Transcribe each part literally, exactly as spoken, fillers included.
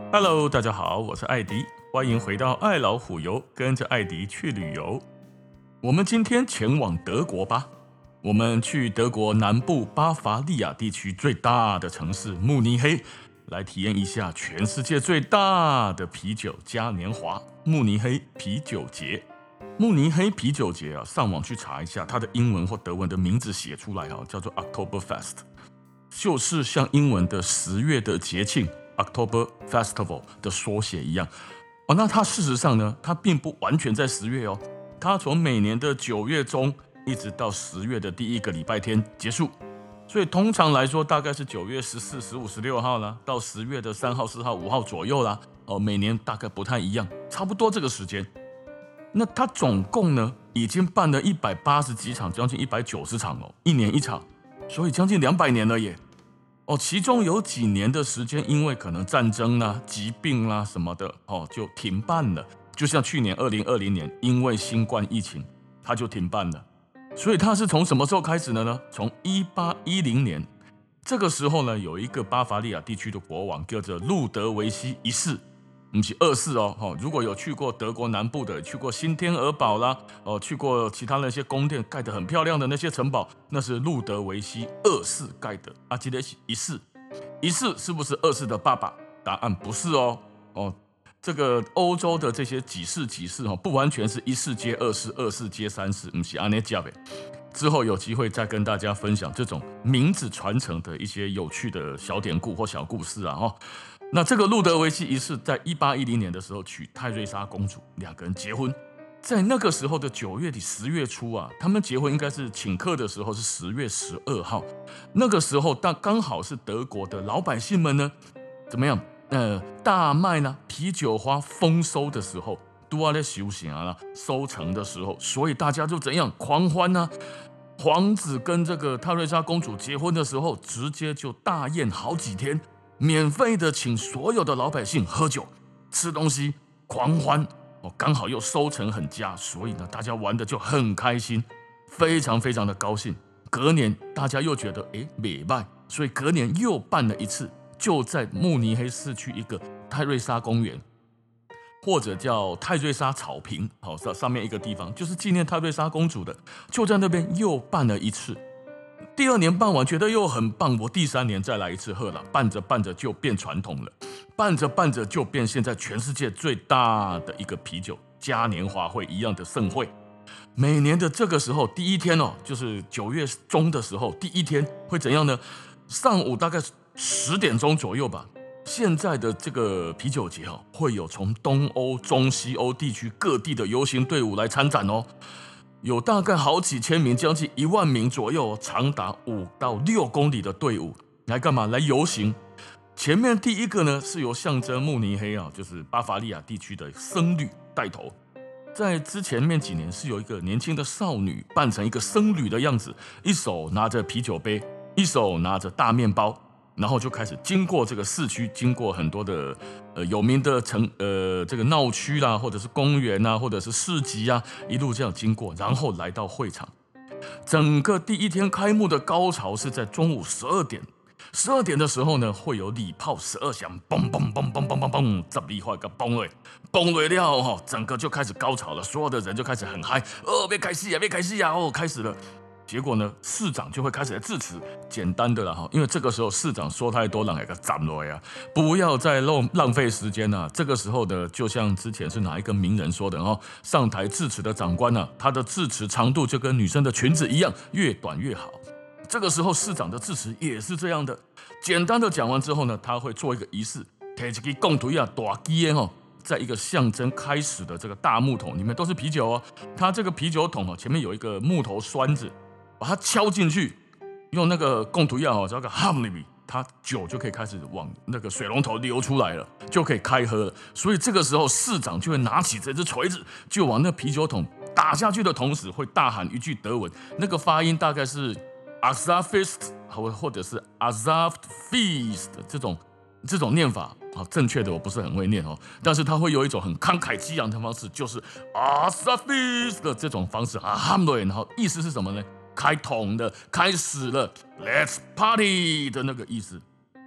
Hello， 大家好，我是艾迪，欢迎回到爱老虎游，跟着艾迪去旅游。我们今天前往德国吧，我们去德国南部巴伐利亚地区最大的城市慕尼黑，来体验一下全世界最大的啤酒嘉年华——慕尼黑啤酒节。慕尼黑啤酒节啊，上网去查一下，它的英文或德文的名字写出来啊，叫做 Oktoberfest， 就是像英文的十月的节庆 October Festival 的缩写一样。哦，那它事实上呢，它并不完全在十月哦，它从每年的九月中一直到十月的第一个礼拜天结束。所以通常来说，大概是九月十四、十五、十六号啦，到十月的三号、四号、五号左右啦。哦，每年大概不太一样，差不多这个时间。那它总共呢，已经办了一百八十几场，将近一百九十场哦，一年一场，所以将近两百年了耶。哦，其中有几年的时间，因为可能战争啦、疾病啦什么的，哦，就停办了。就像去年二零二零年，因为新冠疫情，它就停办了。所以它是从什么时候开始的呢？从一八一零年，这个时候呢，有一个巴伐利亚地区的国王叫做路德维希一世。不是二世哦，如果有去过德国南部的，去过新天鹅堡啦，哦，去过其他那些宫殿盖得很漂亮的那些城堡，那是路德维希二世盖的。啊，这个是一世，一世是不是二世的爸爸？答案不是哦。哦，这个欧洲的这些几世几世哦，不完全是一世接二世，二世接三世，不是这样的。之后有机会再跟大家分享这种名字传承的一些有趣的小典故或小故事啊。哦，那这个路德维希一世在一八一零年的时候娶泰瑞莎公主，两个人结婚。在那个时候的九月底十月初啊，他们结婚应该是请客的时候是十月十二号。那个时候但刚好是德国的老百姓们呢，怎么样？呃，大麦呢，啤酒花丰收的时候，都要在休息啊，收成的时候，所以大家就怎样狂欢呢？皇子跟这个泰瑞莎公主结婚的时候，直接就大宴好几天，免费的请所有的老百姓喝酒、吃东西、狂欢。哦，刚好又收成很佳，所以呢，大家玩的就很开心，非常非常的高兴。隔年大家又觉得哎没败，所以隔年又办了一次，就在慕尼黑市区一个泰瑞莎公园，或者叫泰瑞莎草坪，好，上面一个地方就是纪念泰瑞莎公主的，就在那边又办了一次。第二年办完觉得又很棒，我第三年再来一次喝了，办着办着就变传统了，办着办着就变现在全世界最大的一个啤酒嘉年华会一样的盛会。每年的这个时候，第一天哦，就是九月中的时候，第一天会怎样呢？上午大概十点钟左右吧。现在的这个啤酒节哦，会有从东欧、中西欧地区各地的游行队伍来参展哦，有大概好几千名，将近一万名左右，长达五到六公里的队伍来干嘛？来游行。前面第一个呢，是由象征慕尼黑啊，就是巴伐利亚地区的僧侣带头。在之前面几年，是有一个年轻的少女扮成一个僧侣的样子，一手拿着啤酒杯，一手拿着大面包。然后就开始经过这个市区，经过很多的呃有名的城呃这个闹区啦，或者是公园啊，或者是市集啊，一路这样经过，然后来到会场。整个第一天开幕的高潮是在中午十二点，十二点的时候呢，会有礼炮十二响，嘣嘣嘣嘣嘣嘣嘣，十二块个嘣嘞，嘣嘞了哈，整个就开始高潮了，所有的人就开始很嗨，哦，别开戏啊，别开戏啊，哦，开始了。结果呢，市长就会开始来致辞，简单的啦哈，因为这个时候市长说太多，让人给斩了呀，不要再浪浪费时间了。这个时候呢，就像之前是哪一个名人说的哦，上台致辞的长官呢、啊，他的致辞长度就跟女生的裙子一样，越短越好。这个时候市长的致辞也是这样的，简单的讲完之后呢，他会做一个仪式，提一个贡图呀大基耶哈。在一个象征开始的这个大木桶里面都是啤酒哦，它这个啤酒桶哦前面有一个木头栓子，把它敲进去，用那个贡图药哦，这个 ham 里面，它酒就可以开始往那个水龙头流出来了，就可以开喝了。所以这个时候市长就会拿起这只锤子，就往那啤酒桶打下去的同时，会大喊一句德文，那个发音大概是 Azafist 或者是 Azaft Feast 这种这种念法。好，正确的我不是很会念哦，但是他会有一种很慷慨激昂的方式，就是啊萨菲斯的这种方式啊，哈姆然后意思是什么呢？开桶的，开始了 ，Let's party 的那个意思。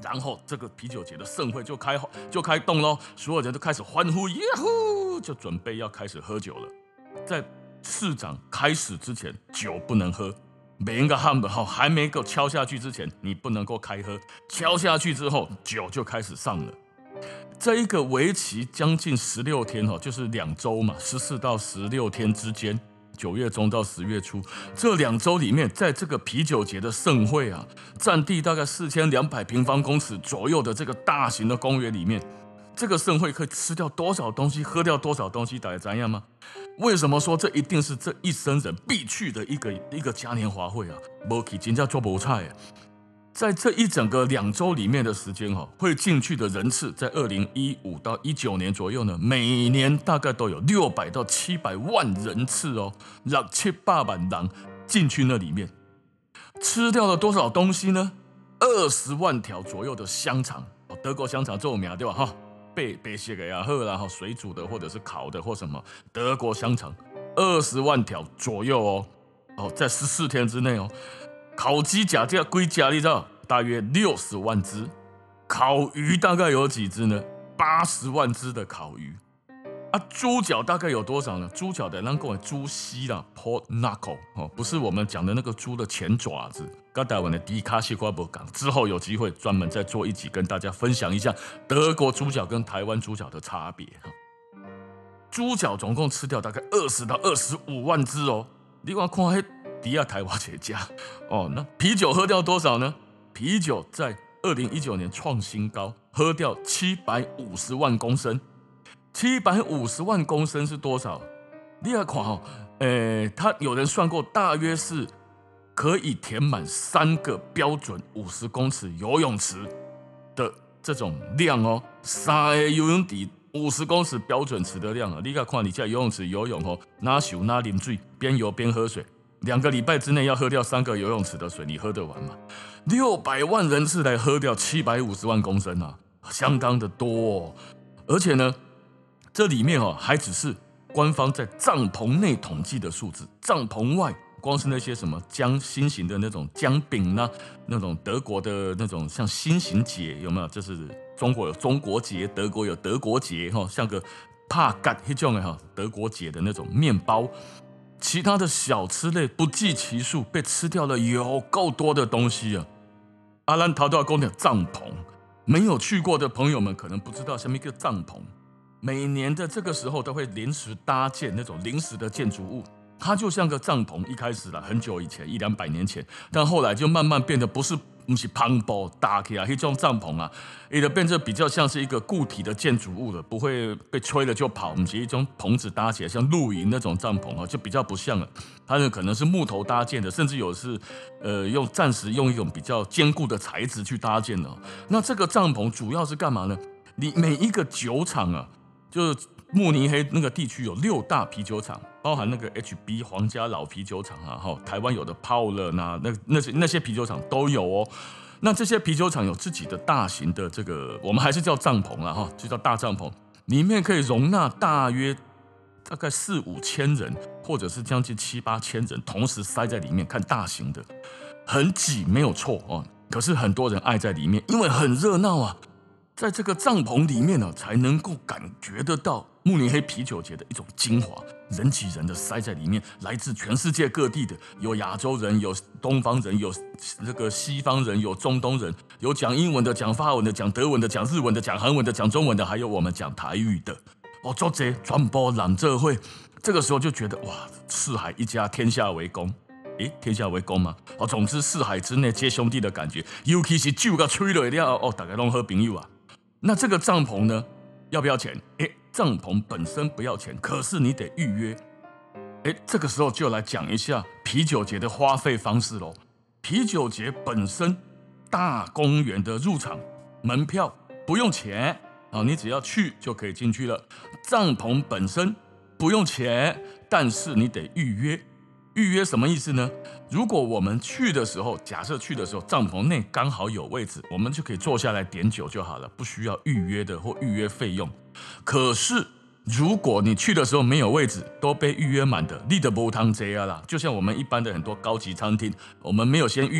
然后这个啤酒节的盛会就开就开动喽，所有人都开始欢呼，耶呼，就准备要开始喝酒了。在市长开始之前，酒不能喝。每一个汉堡号还没够敲下去之前，你不能够开喝。敲下去之后，酒就开始上了。这一个为期将近十六天，就是两周嘛，十四到十六天之间，九月中到十月初，这两周里面，在这个啤酒节的盛会啊，占地大概四千两百平方公尺左右的这个大型的公园里面，这个盛会可以吃掉多少东西，喝掉多少东西，大家知道吗？为什么说这一定是这一生人必去的一个一个嘉年华会啊？没去真的做不菜。在这一整个两周里面的时间哈，会进去的人次，在二零一五到一九年左右呢，每年大概都有六百到七百万人次哦，让七八万人进去那里面，吃掉了多少东西呢？二十万条左右的香肠，德国香肠这有名对吧？哈。白白色的也好啦，水煮的或者是烤的或什么，德国香肠二十万条左右哦，哦，在十四天之内哦，烤鸡假价归家你知道，大约六十万只，烤鱼大概有几只呢？八十万只的烤鱼啊，猪脚大概有多少呢？猪脚的咱讲的猪膝啦 ，pork knuckle 哦，不是我们讲的那个猪的前爪子。跟台湾的迪卡西瓜博港之后有机会专门再做一集跟大家分享一下德国猪脚跟台湾猪脚的差别。猪脚总共吃掉大概二十到二十五万只哦，你看看那底下台湾这家哦，那啤酒喝掉多少呢？啤酒在二零一九年创新高，喝掉七百五十万公升，七百五十万公升是多少？你要看哦，呃，他有人算过，大约是。可以填满三个标准五十公尺游泳池的这种量哦，三个游泳池五十公尺标准池的量啊！你看，看你在游泳池游泳哦，拿手拿啉水，边游边喝水，两个礼拜之内要喝掉三个游泳池的水，你喝得完吗？六百万人次来喝掉七百五十万公升啊，相当的多哦。而且呢，这里面哦还只是官方在帐篷内统计的数字，帐篷外。光是那些什么姜新型的那种姜饼啦，那种德国的那种像新型节有没有？就是中国有中国节，德国有德国节哈，像个帕干那种哈，德国节的那种面包，其他的小吃类不计其数，被吃掉了有够多的东西啊！阿兰陶到公的帐篷，没有去过的朋友们可能不知道什么一个帐篷。每年的这个时候都会临时搭建那种临时的建筑物。它就像个帐篷，一开始啦，很久以前，一两百年前，但后来就慢慢变得不是不是篷布搭起来，那种帐篷啊，也就变得比较像是一个固体的建筑物了，不会被吹了就跑，不是一种棚子搭起来像露营那种帐篷啊，就比较不像了。它可能是木头搭建的，甚至有是呃用暂时用一种比较坚固的材质去搭建的。那这个帐篷主要是干嘛呢？你每一个酒厂啊，就是慕尼黑那个地区有六大啤酒厂。包含那个 H B 皇家老啤酒厂啊，台湾有的泡乐那那那些那些啤酒厂都有哦。那这些啤酒厂有自己的大型的这个，我们还是叫帐篷啦哈，就叫大帐篷，里面可以容纳大约大概四五千人，或者是将近七八千人，同时塞在里面看大型的，很挤没有错哦。可是很多人爱在里面，因为很热闹啊。在这个帐篷里面呢，才能够感觉得到慕尼黑啤酒节的一种精华，人挤人的塞在里面，来自全世界各地的，有亚洲人，有东方人，有这个西方人，有中东人，有讲英文的，讲法文的，讲德文的，讲日文的，讲韩文的，讲中文的，还有我们讲台语的。哦，做这传播揽这会，这个时候就觉得哇，四海一家，天下为公。诶，天下为公嘛。哦，总之四海之内皆兄弟的感觉，尤其是酒给吹落了，哦，大家都好朋友啊。那这个帐篷呢，要不要钱？哎，帐篷本身不要钱，可是你得预约。哎，这个时候就来讲一下啤酒节的花费方式咯。啤酒节本身，大公园的入场门票不用钱啊，你只要去就可以进去了。帐篷本身不用钱，但是你得预约。预约什么意思呢？如果我们去的时候，假设去的时候帐篷内刚好有位置，我们就可以坐下来点酒就好了，不需要预约的或预约费用。可是如果你去的时候没有位置，都被预约满的，你就没通坐啊啦。就像我们一般的很多高级餐厅，我们没有先预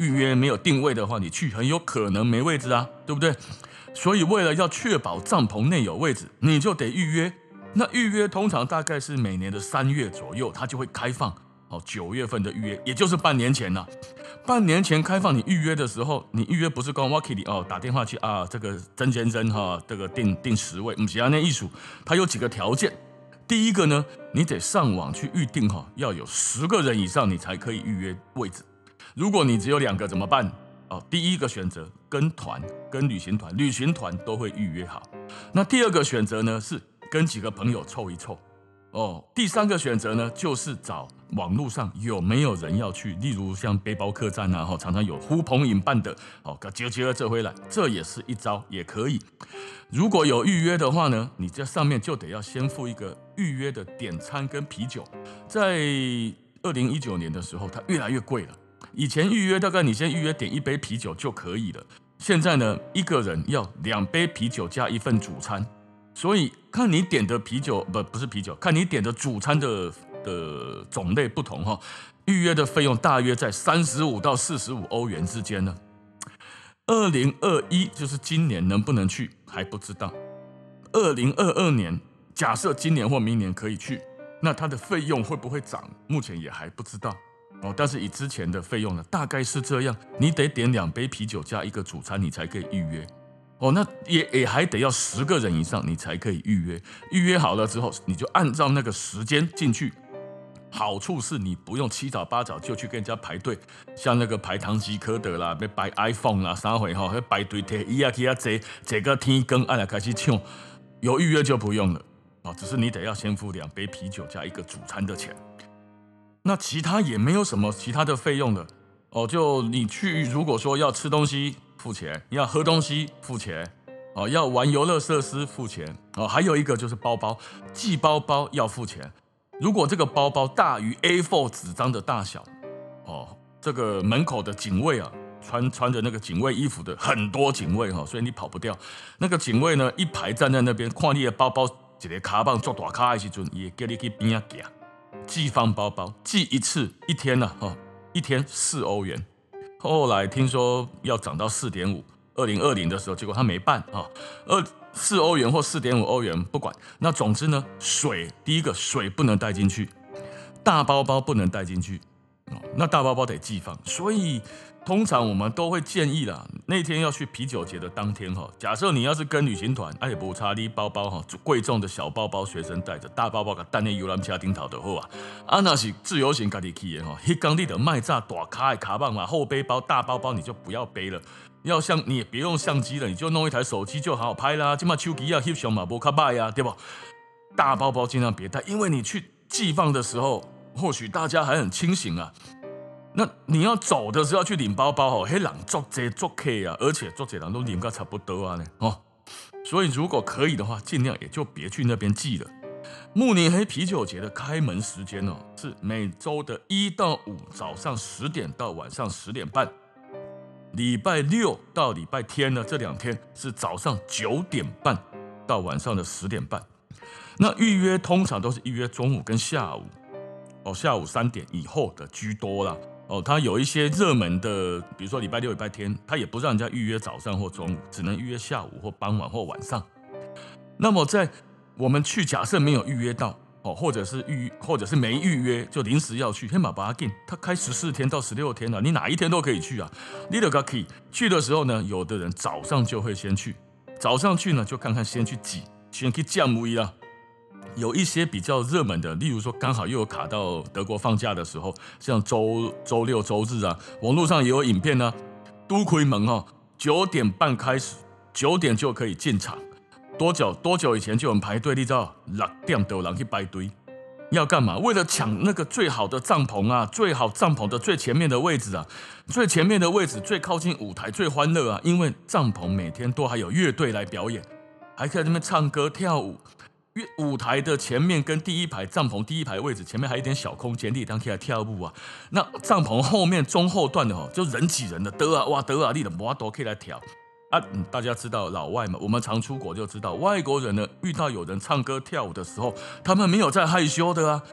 预约没有定位的话，你去很有可能没位置啊，对不对？所以为了要确保帐篷内有位置，你就得预约。那预约通常大概是每年的三月左右，它就会开放。哦，九月份的预约，也就是半年前了。半年前开放你预约的时候，你预约不是跟我给你哦打电话去啊，这个曾先生哈，这个定定十位，不是那艺术，它有几个条件。第一个呢，你得上网去预定哈，要有十个人以上你才可以预约位置。如果你只有两个怎么办？哦，第一个选择跟团，跟旅行团，旅行团都会预约好。那第二个选择呢是跟几个朋友凑一凑。哦，第三个选择呢，就是找网络上有没有人要去，例如像背包客栈啊，常常有呼朋引伴的，哦，接接这回来，这也是一招，也可以。如果有预约的话呢，你在上面就得要先付一个预约的点餐跟啤酒。在二零一九年的时候，它越来越贵了。以前预约大概你先预约点一杯啤酒就可以了，现在呢，一个人要两杯啤酒加一份主餐。所以看你点的啤酒不不是啤酒，看你点的主餐的的种类不同哈，预约的费用大约在三十五到四十五欧元之间呢。二零二一就是今年能不能去还不知道。二零二二年假设今年或明年可以去，那它的费用会不会涨？目前也还不知道哦。但是以之前的费用呢，大概是这样，你得点两杯啤酒加一个主餐，你才可以预约。哦，那也也还得要十个人以上，你才可以预约。预约好了之后，你就按照那个时间进去。好处是你不用七早八早就去跟人家排队，像那个排唐吉诃德啦，要排 iPhone 啦，啥回哈，要排队提伊啊去啊坐，坐个天光按来开始抢。有预约就不用了，哦，只是你得要先付两杯啤酒加一个主餐的钱。那其他也没有什么其他的费用了。哦，就你去，如果说要吃东西。付钱，要喝东西付钱，哦，要玩游乐设施付钱，哦，还有一个就是包包，寄包包要付钱。如果这个包包大于 A 四 纸张的大小，哦，这个门口的警卫啊，穿穿着那个警卫衣服的很多警卫哈，所以你跑不掉。那个警卫呢，一排站在那边，看你的包包一个卡棒做大卡的时阵，也叫你去边啊寄，寄放包包，寄一次一天呢、啊，哦，一天四欧元。后来听说要涨到 四点五， 二零二零的时候，结果他没办啊，二四欧元或 四点五欧元不管。那总之呢，水第一个水不能带进去，大包包不能带进去，那大包包得寄放。所以通常我们都会建议啦，那天要去啤酒节的当天哈，假设你要是跟旅行团，哎，不差你包包哈，贵重的小包包随身带着，大包包给带在游览车顶头就好啊。啊，那是自由行自己去的哈，那天你就卖炸大卡的卡棒嘛，后背包、大包包你就不要背了。要像你也别用相机了，你就弄一台手机就好好拍啦。现在手机啊翕相嘛不较歹啊，对不？大包包尽量别带，因为你去寄放的时候，或许大家还很清醒啊。那你要走的时候要去领包包哦，黑人做这做客啊，而且做这人都领个差不多啊呢哦，所以如果可以的话，尽量也就别去那边寄了。慕尼黑啤酒节的开门时间哦，是每周的一到五早上十点到晚上十点半，礼拜六到礼拜天呢这两天是早上九点半到晚上的十点半。那预约通常都是预约中午跟下午哦，下午三点以后的居多啦。哦，它有一些热门的，比如说礼拜六、礼拜天，它也不让人家预约早上或中午，只能预约下午或傍晚或晚上。那么在我们去，假设没有预约到，哦，或者是预，或者是没预约，就临时要去，黑马巴金，它开十四天到十六天了，你哪一天都可以去啊。你都可以去的时候呢，有的人早上就会先去，早上去呢就看看先去挤，先去降位啦。有一些比较热门的，例如说刚好又有卡到德国放假的时候，像周周六周日啊，网络上也有影片呢、啊，都开门哈、哦，九点半开始，九点就可以进场。多久多久以前就有人排队？你知道，六点都有人去排队，要干嘛？为了抢那个最好的帐篷啊，最好帐篷的最前面的位置啊，最前面的位置最靠近舞台，最欢乐啊，因为帐篷每天都还有乐队来表演，还可以在那边唱歌跳舞。舞台的前面跟第一排帐篷第一排位置前面还有一点小空间，你当可以来跳舞啊。那帐篷后面中后段的哦，就人挤人的，得啊哇得啊，你的摩多可以来跳啊、嗯。大家知道老外嘛，我们常出国就知道，外国人呢遇到有人唱歌跳舞的时候，他们没有在害羞的啊。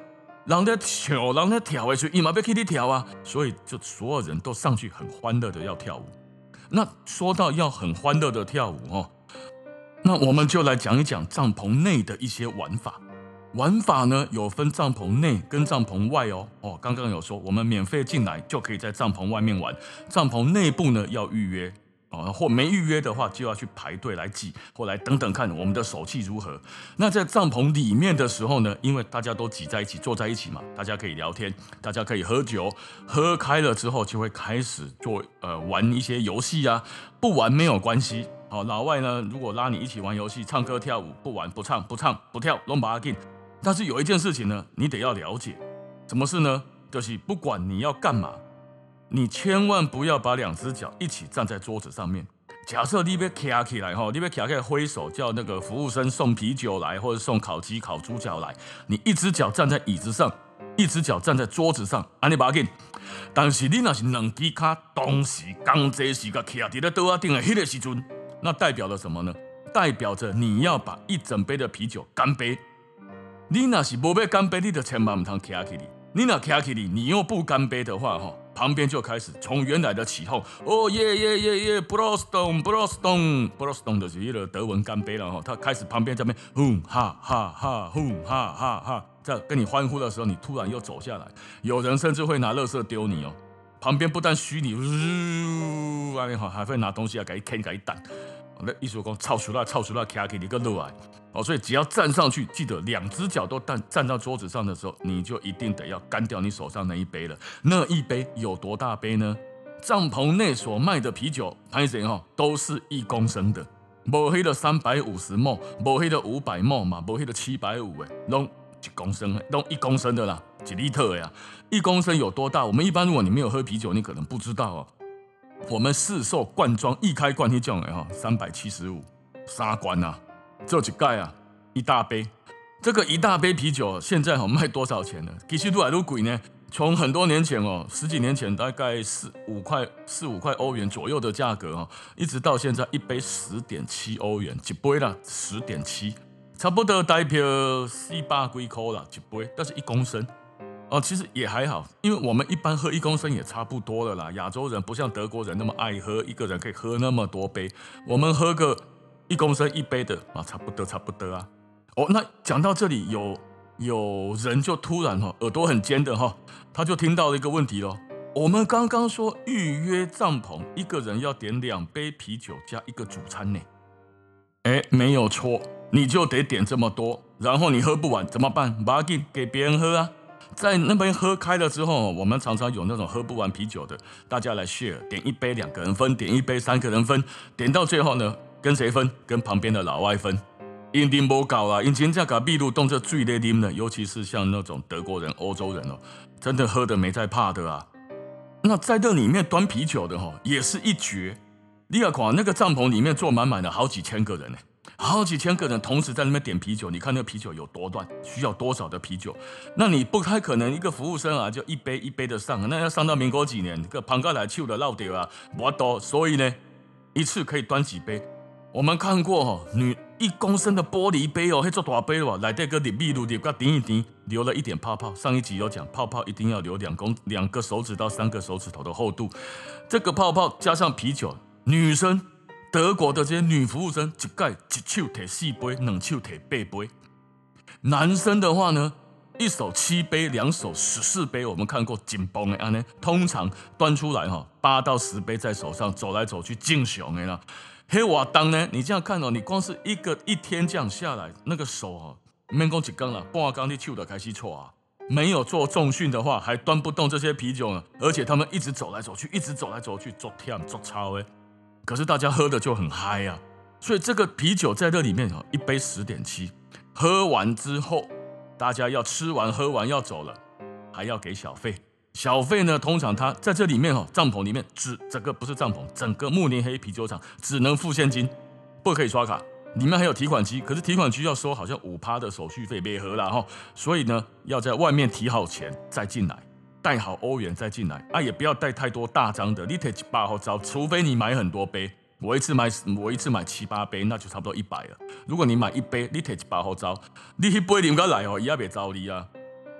人在跳，人在跳的时候，伊嘛要去你跳啊，所以就所有人都上去很欢乐的要跳舞。那说到要很欢乐的跳舞哦，那我们就来讲一讲帐篷内的一些玩法。玩法呢有分帐篷内跟帐篷外哦。哦，刚刚有说我们免费进来就可以在帐篷外面玩，帐篷内部呢要预约。哦，或没预约的话，就要去排队来挤，或来等等看我们的手气如何。那在帐篷里面的时候呢，因为大家都挤在一起，坐在一起嘛，大家可以聊天，大家可以喝酒，喝开了之后就会开始做呃玩一些游戏啊，不玩没有关系。好，老外呢，如果拉你一起玩游戏、唱歌、跳舞，不玩不唱不唱不跳，拢把它进。但是有一件事情呢，你得要了解，什么事呢？就是不管你要干嘛。你千万不要把两只脚一起站在桌子上面。假设你要站起来，你要站起来挥手叫那个服务生送啤酒来，或者送烤鸡、烤猪脚来，你一只脚站在椅子上，一只脚站在桌子上，安尼不要紧。但是你若是两只脚同时同齐时间站在桌子顶的那个时阵，那代表了什么呢？代表着你要把一整杯的啤酒干杯。你若是没要干杯，你就千万不能站起来。你若站起来，你又不干杯的话，旁边就开始从原来的起哄，哦耶耶耶耶 ，Broston Broston Broston 就是一个德文干杯了哈。他开始旁边这边呼哈哈哈呼哈哈哈，在跟你欢呼的时候，你突然又走下来，有人甚至会拿垃圾丢你哦。旁边不但虚你，呜，还会拿东西来给你啃给你弹。那意思说，操出来，操出来，卡起你个落来哦，所以只要站上去，记得两只脚都站站到桌子上的时候，你就一定得要干掉你手上那一杯了。那一杯有多大杯呢？帐篷内所卖的啤酒，拍谁哈，都是一公升的，没黑的三百五十毫升，没黑的五百毫升嘛，没黑的七百五十，弄一公升，弄一公升的啦，几利特呀？一公升有多大？我们一般如果你没有喝啤酒，你可能不知道哦。我们市售罐装一开罐那种的哈，三百七十五，三罐啊，这几盖啊，一大杯。这个一大杯啤酒现在卖多少钱呢？其实越来越贵呢。从很多年前哦，十几年前大概四五块四五块欧元左右的价格哦，一直到现在一杯十点七欧元，一杯啦，十点七，差不多代表四百几块啦，一杯，但是一公升。哦，其实也还好，因为我们一般喝一公升也差不多了啦。亚洲人不像德国人那么爱喝，一个人可以喝那么多杯。我们喝个一公升一杯的啊，差不多差不多啊。哦，那讲到这里，有有人就突然哈耳朵很尖的哈，他就听到了一个问题咯。我们刚刚说预约帐篷，一个人要点两杯啤酒加一个主餐呢。哎，没有错，你就得点这么多，然后你喝不完怎么办？不要紧，给别人喝啊。在那边喝开了之后，我们常常有那种喝不完啤酒的，大家来 share， 点一杯两个人分，点一杯三个人分，点到最后呢，跟谁分？跟旁边的老外分。因啉不够啊，因真正把秘鲁当作水在啉的，尤其是像那种德国人、欧洲人哦，真的喝的没在怕的啊。那在这里面端啤酒的哦，也是一绝。你要看那个帐篷里面坐满满的好几千个人呢。好几千个人同时在那边点啤酒，你看那个啤酒有多乱，需要多少的啤酒？那你不太可能一个服务生啊，就一杯一杯的上，那要上到民国几年，个旁盖来手的落掉啊，不多。所以呢，一次可以端几杯。我们看过哦，女一公升的玻璃杯哦，那做大杯哦，来这个里秘鲁里个点一点，留了一点泡泡。上一集有讲，泡泡一定要留两公两个手指到三个手指头的厚度。这个泡泡加上啤酒，女生。德国的这些女服务生，一盖一手提四杯，两手提八杯。男生的话呢，一手七杯，两手十四杯。我们看过紧绷的安呢，通常端出来哈，八到十杯在手上走来走去，劲雄的啦。黑瓦当呢，你这样看哦，你光是一个一天这样下来，那个手哦，免讲一缸啦，半缸的手就开始搓啊。没有做重训的话，还端不动这些啤酒呢。而且他们一直走来走去，一直走来走去，做忝做操的。可是大家喝的就很嗨啊，所以这个啤酒在这里面一杯十点七，喝完之后，大家要吃完喝完要走了，还要给小费。小费呢，通常他在这里面帐篷里面只这个不是帐篷，整个慕尼黑啤酒厂只能付现金，不可以刷卡。里面还有提款机，可是提款机要收好像 百分之五 的手续费，没合啦，所以呢，要在外面提好钱再进来。带好欧元再进来啊，也不要带太多大张的，你提一百好招，除非你买很多杯。我一次买我一次买七八杯，那就差不多一百了。如果你买一杯，你提一百好招，你那杯啉到来哦，伊也袂招你啊。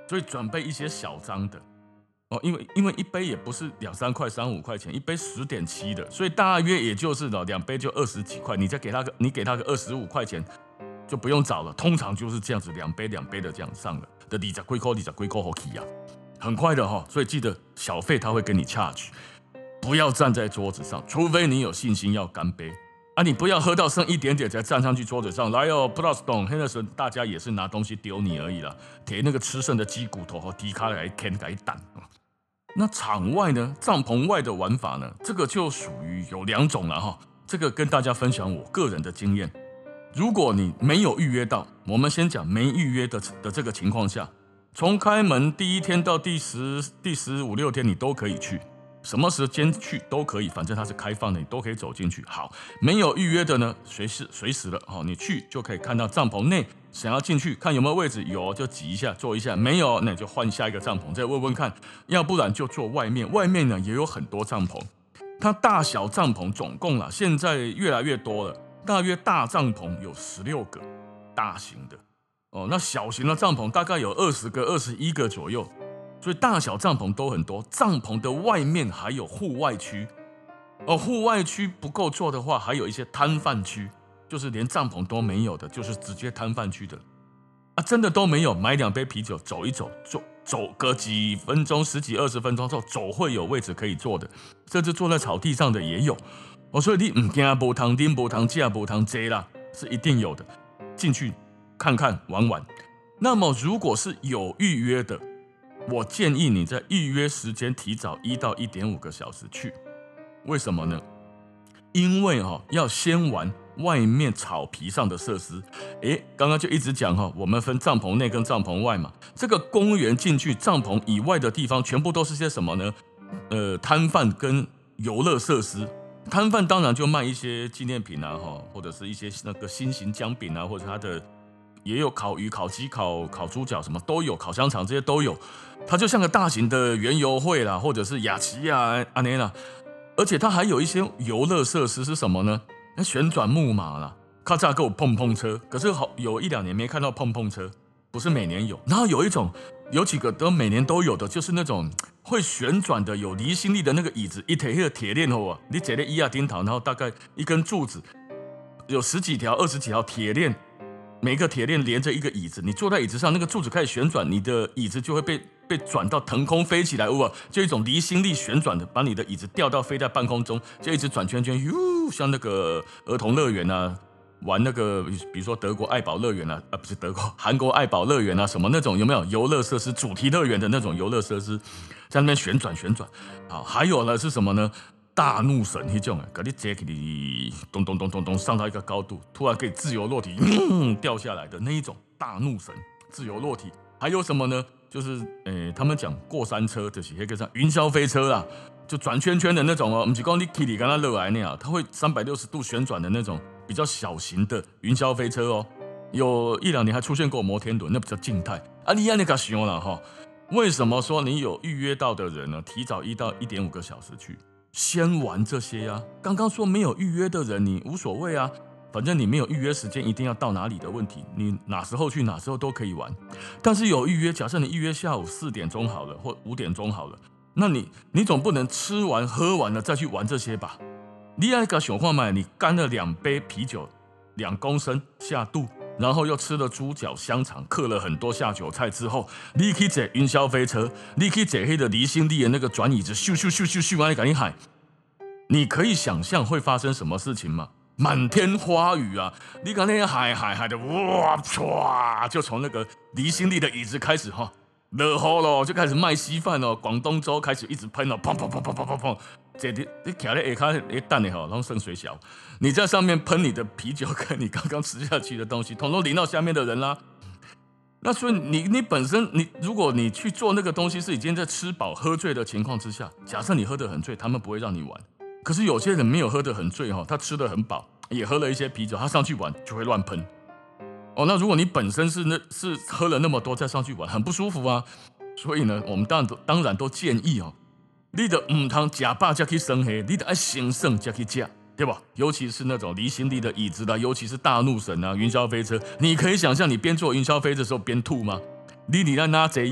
所以准备一些小张的哦，因为因为一杯也不是两三块、三五块钱，一杯十点七的，所以大约也就是呢两杯就二十几块，你再给他个你给他个二十五块钱，就不用找了。通常就是这样子，两杯两杯的这样上了的，二十几块、二十几块好起啊，很快的哈、哦。所以记得小费他会跟你 charge， 不要站在桌子上，除非你有信心要干杯。啊，你不要喝到剩一点点才站上去桌子上来哦，不知道懂。那时候大家也是拿东西丢你而已啦，铁那个吃剩的鸡骨头和低卡来啃来蛋。那场外呢，帐篷外的玩法呢，这个就属于有两种了哈。这个跟大家分享我个人的经验。如果你没有预约到，我们先讲没预约的的这个情况下，从开门第一天到第十第十五六天，你都可以去。什么时间去都可以，反正它是开放的，你都可以走进去。好，没有预约的呢，随时随时的哦，你去就可以看到帐篷内，想要进去看有没有位置，有就挤一下坐一下，没有那你就换下一个帐篷，再问问看，要不然就坐外面。外面呢也有很多帐篷，它大小帐篷总共啦，现在越来越多了，大约大帐篷有十六个，大型的哦，那小型的帐篷大概有二十个、二十一个左右。所以大小帐篷都很多，帐篷的外面还有户外区，而户外区不够做的话，还有一些摊贩区，就是连帐篷都没有的，就是直接摊贩区的啊，真的都没有。买两杯啤酒，走一走，走走个几分钟，十几二十分钟之后，走会有位置可以坐的，甚至坐在草地上的也有哦。所以你唔惊无汤丁、无汤架、无汤坐啦，是一定有的。进去看看玩玩。那么如果是有预约的，我建议你在预约时间提早一到一点五个小时去，为什么呢？因为哈、哦、要先玩外面草皮上的设施。诶，刚刚就一直讲哈、哦，我们分帐篷内跟帐篷外嘛。这个公园进去帐篷以外的地方，全部都是些什么呢？呃，摊贩跟游乐设施。摊贩当然就卖一些纪念品啊，哈，或者是一些那个新型姜饼啊，或者它的。也有烤鱼、烤鸡、烤烤猪脚，什么都有，烤香肠这些都有。它就像个大型的园游会啦，或者是雅琪啊、安内啦。而且它还有一些游乐设施是什么呢？旋转木马啦，咔嚓给我碰碰车。可是好有一两年没看到碰碰车，不是每年有。然后有一种，有几个都每年都有的，就是那种会旋转的、有离心力的那个椅子，一铁一个铁链后啊，你坐在椅啊顶头，然后大概一根柱子，有十几条、二十几条铁链。每个铁链连着一个椅子，你坐在椅子上，那个柱子开始旋转，你的椅子就会被被转到腾空飞起来，哇！就一种离心力旋转的，把你的椅子吊到飞在半空中，就一直转圈圈，哟，像那个儿童乐园啊，玩那个，比如说德国爱宝乐园啊，啊不是德国，韩国爱宝乐园啊，什么那种有没有游乐设施？主题乐园的那种游乐设施，在那边旋转旋转。好，还有呢是什么呢？大怒神那种，给你接起你咚咚咚咚咚上到一个高度，突然可以自由落体、嗯、掉下来的那一种大怒神自由落体。还有什么呢？就是诶，他们讲过山车，就是那个叫云霄飞车啦，就转圈圈的那种哦，不是讲你起你跟它落来那样，它会三百六十度旋转的那种比较小型的云霄飞车哦。有一两年还出现过摩天轮，那比较静态。啊，你安那个想了哈？为什么说你有预约到的人呢？提早一到一点五个小时去。先玩这些啊！刚刚说没有预约的人，你无所谓啊，反正你没有预约时间，一定要到哪里的问题，你哪时候去哪时候都可以玩。但是有预约，假设你预约下午四点钟好了，或五点钟好了，那你你总不能吃完喝完了再去玩这些吧？你那个想看嘛，你干了两杯啤酒，两公升下肚。然后又吃了猪脚、香肠，嗑了很多下酒菜之后，你去坐云霄飞车，你去坐那个离心力的那个转椅子，咻咻咻咻咻，往你赶紧喊，你可以想象会发生什么事情吗？满天花雨啊！你刚那喊喊喊的，哇唰，就从那个离心力的椅子开始哈，热乎咯，就开始卖稀饭哦，广东粥开始一直喷哦，砰砰砰砰砰砰砰。这你你卡在下卡一蛋的哈，然后剩水小，你在上面喷你的啤酒跟你刚刚吃下去的东西，统统淋到下面的人啦。那所以你你本身你如果你去做那个东西是已经在吃饱喝醉的情况之下，假设你喝得很醉，他们不会让你玩。可是有些人没有喝得很醉哈，他吃得很饱，也喝了一些啤酒，他上去玩就会乱喷。哦，那如果你本身是那是喝了那么多再上去玩，很不舒服啊。所以呢，我们当然都当然都建议哦。你就唔通吃饱才去耍黑，你就要先耍才去吃，对吧？尤其是那种离心力的椅子啦，尤其是大怒神啊、云霄飞车，你可以想象你边坐云霄飞车的时候边吐吗？你你那拿着哟呼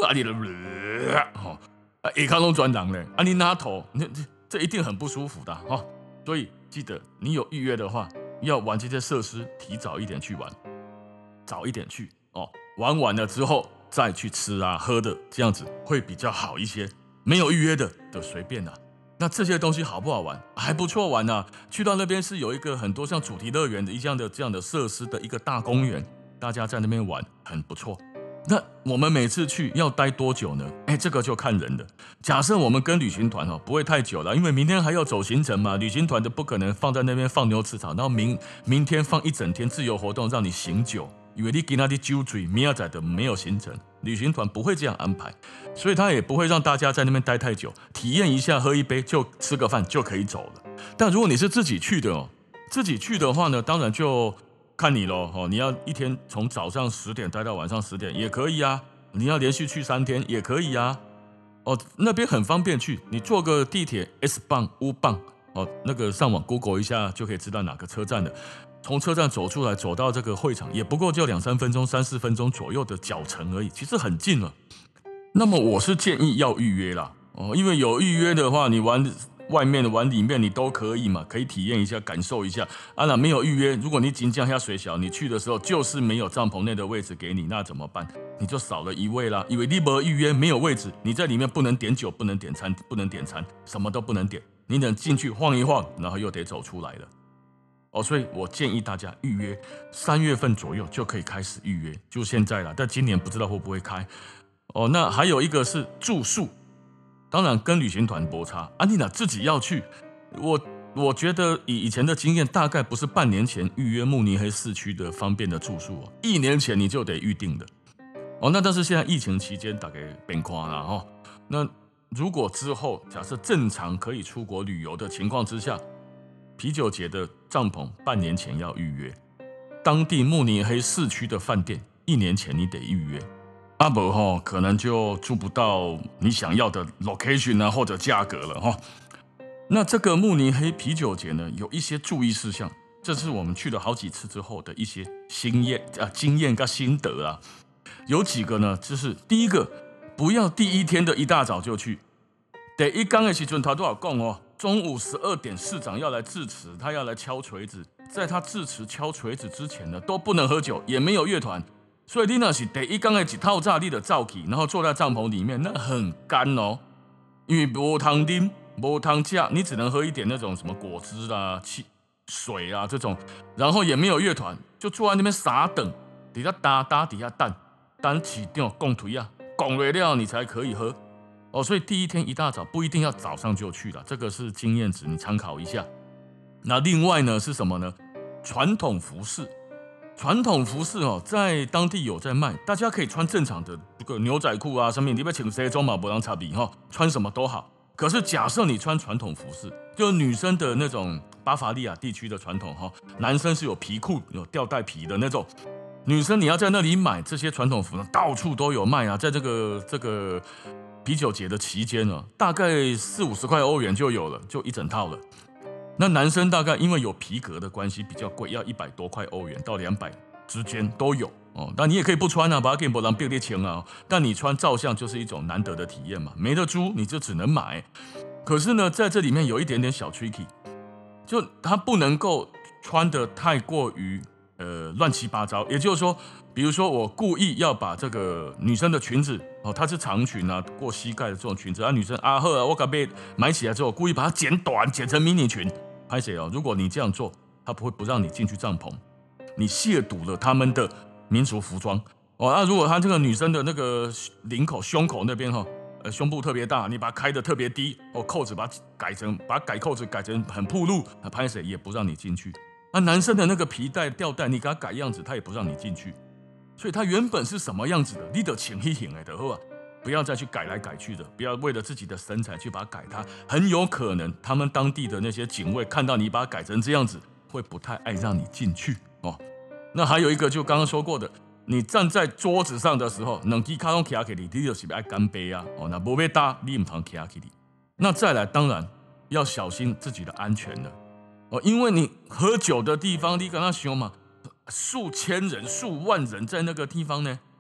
啊你的，哦，啊下骹拢转人嘞，啊你拿头，这这一定很不舒服的哈、哦。所以记得你有预约的话，要玩这些设施，提早一点去玩，早一点去哦。玩完了之后再去吃啊喝的，这样子会比较好一些。没有预约的就随便啦。那这些东西好不好玩？还不错玩啊！去到那边是有一个很多像主题乐园的一样的这样的设施的一个大公园，大家在那边玩很不错。那我们每次去要待多久呢？哎，这个就看人了。假设我们跟旅行团哦不会太久了，因为明天还要走行程嘛，旅行团的不可能放在那边放牛吃草，然后明明天放一整天自由活动让你醒酒，以为你今天的酒醉，明仔载的没有行程。旅行团不会这样安排，所以他也不会让大家在那边待太久，体验一下，喝一杯就吃个饭就可以走了。但如果你是自己去的哦，自己去的话呢，当然就看你咯哦，你要一天从早上十点待到晚上十点也可以啊，你要连续去三天也可以啊。哦，那边很方便去，你坐个地铁 S 棒、U 棒哦，那个上网 Google 一下就可以知道哪个车站了。从车站走出来，走到这个会场，也不过就两三分钟、三四分钟左右的脚程而已，其实很近了。那么我是建议要预约啦，哦，因为有预约的话，你玩外面的、玩里面，你都可以嘛，可以体验一下、感受一下。啊，那没有预约，如果你紧张下水小，你去的时候就是没有帐篷内的位置给你，那怎么办？你就少了一位啦，因为你没预约，没有位置，你在里面不能点酒，不能点餐，不能点餐，什么都不能点，你能进去晃一晃，然后又得走出来了。哦，所以我建议大家预约，三月份左右就可以开始预约，就现在了。但今年不知道会不会开。哦，那还有一个是住宿，当然跟旅行团没差。啊，你哪自己要去，我我觉得以以前的经验，大概不是半年前预约慕尼黑市区的方便的住宿哦，一年前你就得预定的。哦，那但是现在疫情期间大概变宽了哈。那如果之后假设正常可以出国旅游的情况之下，啤酒节的帐篷半年前要预约，当地慕尼黑市区的饭店一年前你得预约，啊不吼可能就住不到你想要的 location 啊或者价格了哈。那这个慕尼黑啤酒节呢，有一些注意事项，这是我们去了好几次之后的一些经验啊经验跟心得啊。有几个呢，就是第一个，不要第一天的一大早就去，第一天的时阵他都有讲哦。中午十二点，市长要来致辞，他要来敲锤子。在他致辞敲锤子之前呢，都不能喝酒，也没有乐团。所以你那是第一天的一套炸力的灶气，然后坐在帐篷里面，那很干哦，因为没汤啉，没汤吃，你只能喝一点那种什么果汁啊、汽水啊这种，然后也没有乐团，就坐在那边傻等，底下打打底下等，等市长讲推啊，讲完了你才可以喝。哦，所以第一天一大早不一定要早上就去了，这个是经验值，你参考一下。那另外呢是什么呢？传统服饰，传统服饰哦，在当地有在卖，大家可以穿正常的这个牛仔裤啊，上面你要请西装嘛，不让差别哈，穿什么都好。可是假设你穿传统服饰，就女生的那种巴伐利亚地区的传统哈，男生是有皮裤有吊带皮的那种。女生你要在那里买这些传统服呢，到处都有卖啊，在这个这个。啤酒节的期间呢，大概四五十块欧元就有了，就一整套了。那男生大概因为有皮革的关系比较贵，要一百多块欧元到两百之间都有哦。但你也可以不穿啊，把它给别人变钱啊。但你穿照相就是一种难得的体验嘛，没得租你就只能买。可是呢，在这里面有一点点小 tricky， 就它不能够穿得太过于呃乱七八糟，也就是说。比如说，我故意要把这个女生的裙子哦，它是长裙啊，过膝盖的这种裙子啊，女生啊呵，我给被买起来之后，故意把它剪短，剪成迷你裙。拍谁哦？如果你这样做，他不会不让你进去帐篷，你亵渎了他们的民俗服装哦。那、啊、如果他这个女生的那个领口、胸口那边哈、哦，呃，胸部特别大，你把它开得特别低哦，扣子把它改成，把它改扣子改成很暴露，拍谁也不让你进去。那、啊、男生的那个皮带、吊带，你给他改样子，他也不让你进去。所以它原本是什么样子的，你得请一请哎的话，不要再去改来改去的，不要为了自己的身材去把它改它，很有可能他们当地的那些警卫看到你把它改成这样子，会不太爱让你进去哦。那还有一个就刚刚说过的，你站在桌子上的时候，两只脚都站起来，你就是要干杯啊哦，那不被打你唔通站起来。那再来，当然要小心自己的安全了哦，因为你喝酒的地方，你跟他想嘛。数千人、数万人在那个地方呢，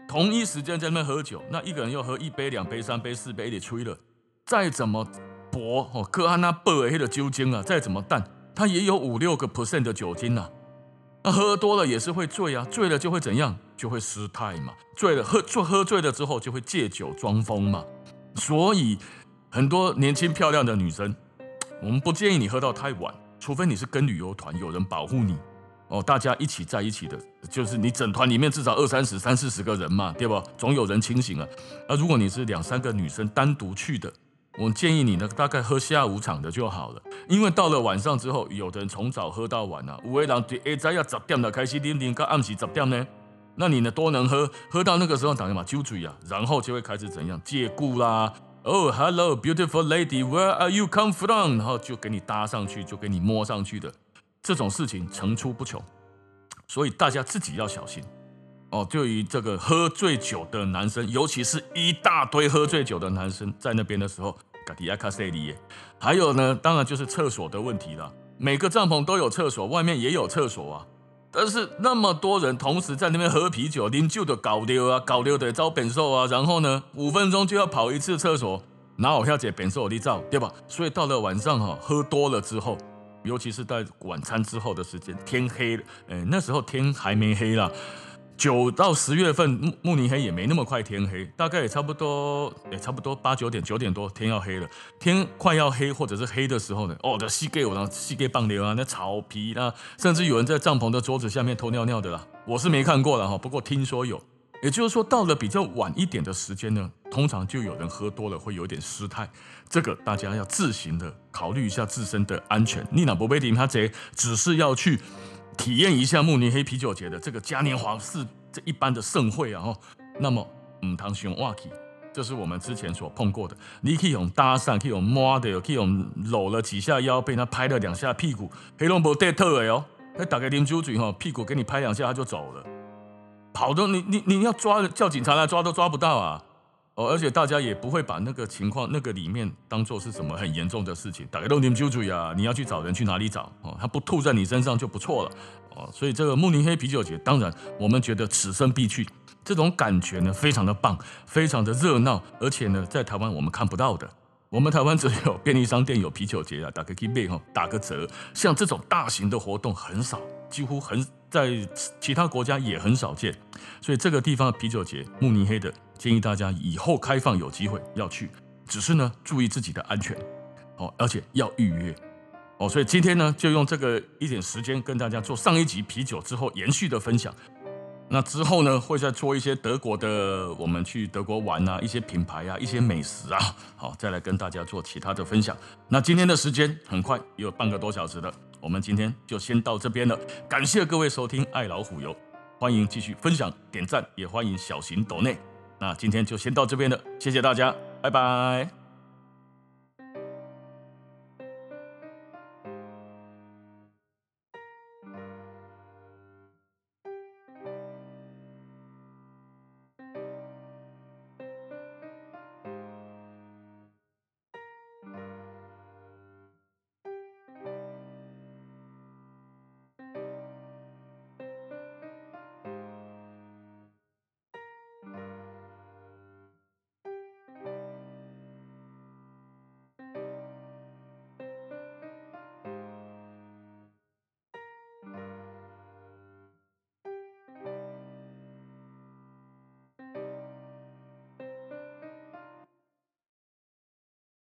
同一时间在那边喝酒，那一个人又喝一杯、两杯、三杯、四杯，也吹了。再怎么薄哦，哥安那薄的那个酒精啊，再怎么淡，它也有五六个 percent 的酒精啊。那喝多了也是会醉啊，醉了就会怎样？就会失态嘛。醉了喝喝醉了之后就会借酒装疯嘛。所以很多年轻漂亮的女生，我们不建议你喝到太晚，除非你是跟旅游团有人保护你哦，大家一起在一起的，就是你整团里面至少二三十、三四十个人嘛，对吧？总有人清醒啊。那如果你是两三个女生单独去的，我建议你呢，大概喝下午场的就好了，因为到了晚上之后，有的人从早喝到晚啊，有的人就下午要十点了开始啉啉，到暗时十点呢，那你呢多能喝，喝到那个时候打什么酒醉啊，然后就会开始怎样借故啦。Oh, hello, beautiful lady, where are you come from? 然后就给你搭上去，就给你摸上去的，这种事情层出不穷，所以大家自己要小心哦。对于这个喝醉酒的男生，尤其是一大堆喝醉酒的男生在那边的时候，还有呢，当然就是厕所的问题了。每个帐篷都有厕所，外面也有厕所啊。但是那么多人同时在那边喝啤酒，啉酒的搞溜啊，搞溜的招扁瘦啊，然后呢，五分钟就要跑一次厕所，哪有遐这扁瘦的照，对吧？所以到了晚上哈、哦，喝多了之后，尤其是在晚餐之后的时间，天黑了，哎，那时候天还没黑啦。九到十月份，慕尼黑也没那么快天黑，大概也差不多，也差不多八九点、九点多天要黑了。天快要黑或者是黑的时候呢，哦，这膝盖我让膝盖棒流啊，那草皮啦，甚至有人在帐篷的桌子下面偷尿尿的啦，我是没看过了哈，不过听说有。也就是说，到了比较晚一点的时间呢，通常就有人喝多了会有点失态，这个大家要自行的考虑一下自身的安全。你哪不被领他这只是要去体验一下慕尼黑啤酒节的这个嘉年华是这一般的盛会啊，那么唔通想挖起，这是我们之前所碰过的。你可以用搭讪，可以用摸的，可以用搂了几下腰，被他拍了两下屁股，黑龙不带特的哦，他打开啉酒嘴哈，屁股给你拍两下他就走了，跑的你你你要抓叫警察来抓都抓不到啊。哦，而且大家也不会把那个情况、那个里面当做是什么很严重的事情。大家都啉酒醉啊，你要去找人去哪里找？哦，他不吐在你身上就不错了。哦，所以这个慕尼黑啤酒节，当然我们觉得此生必去，这种感觉呢非常的棒，非常的热闹，而且呢在台湾我们看不到的。我们台湾只有便利商店有啤酒节啊，打个 K 杯哈，打个折。像这种大型的活动很少，几乎很在其他国家也很少见。所以这个地方的啤酒节，慕尼黑的，建议大家以后开放有机会要去，只是呢注意自己的安全，哦，而且要预约。哦，所以今天呢就用这个一点时间跟大家做上一集啤酒之后延续的分享。那之后呢，会再做一些德国的，我们去德国玩啊，一些品牌啊，一些美食啊，好，再来跟大家做其他的分享。那今天的时间很快，也有半个多小时了，我们今天就先到这边了。感谢各位收听爱老虎油，欢迎继续分享、点赞，也欢迎小型抖内。那今天就先到这边了，谢谢大家，拜拜。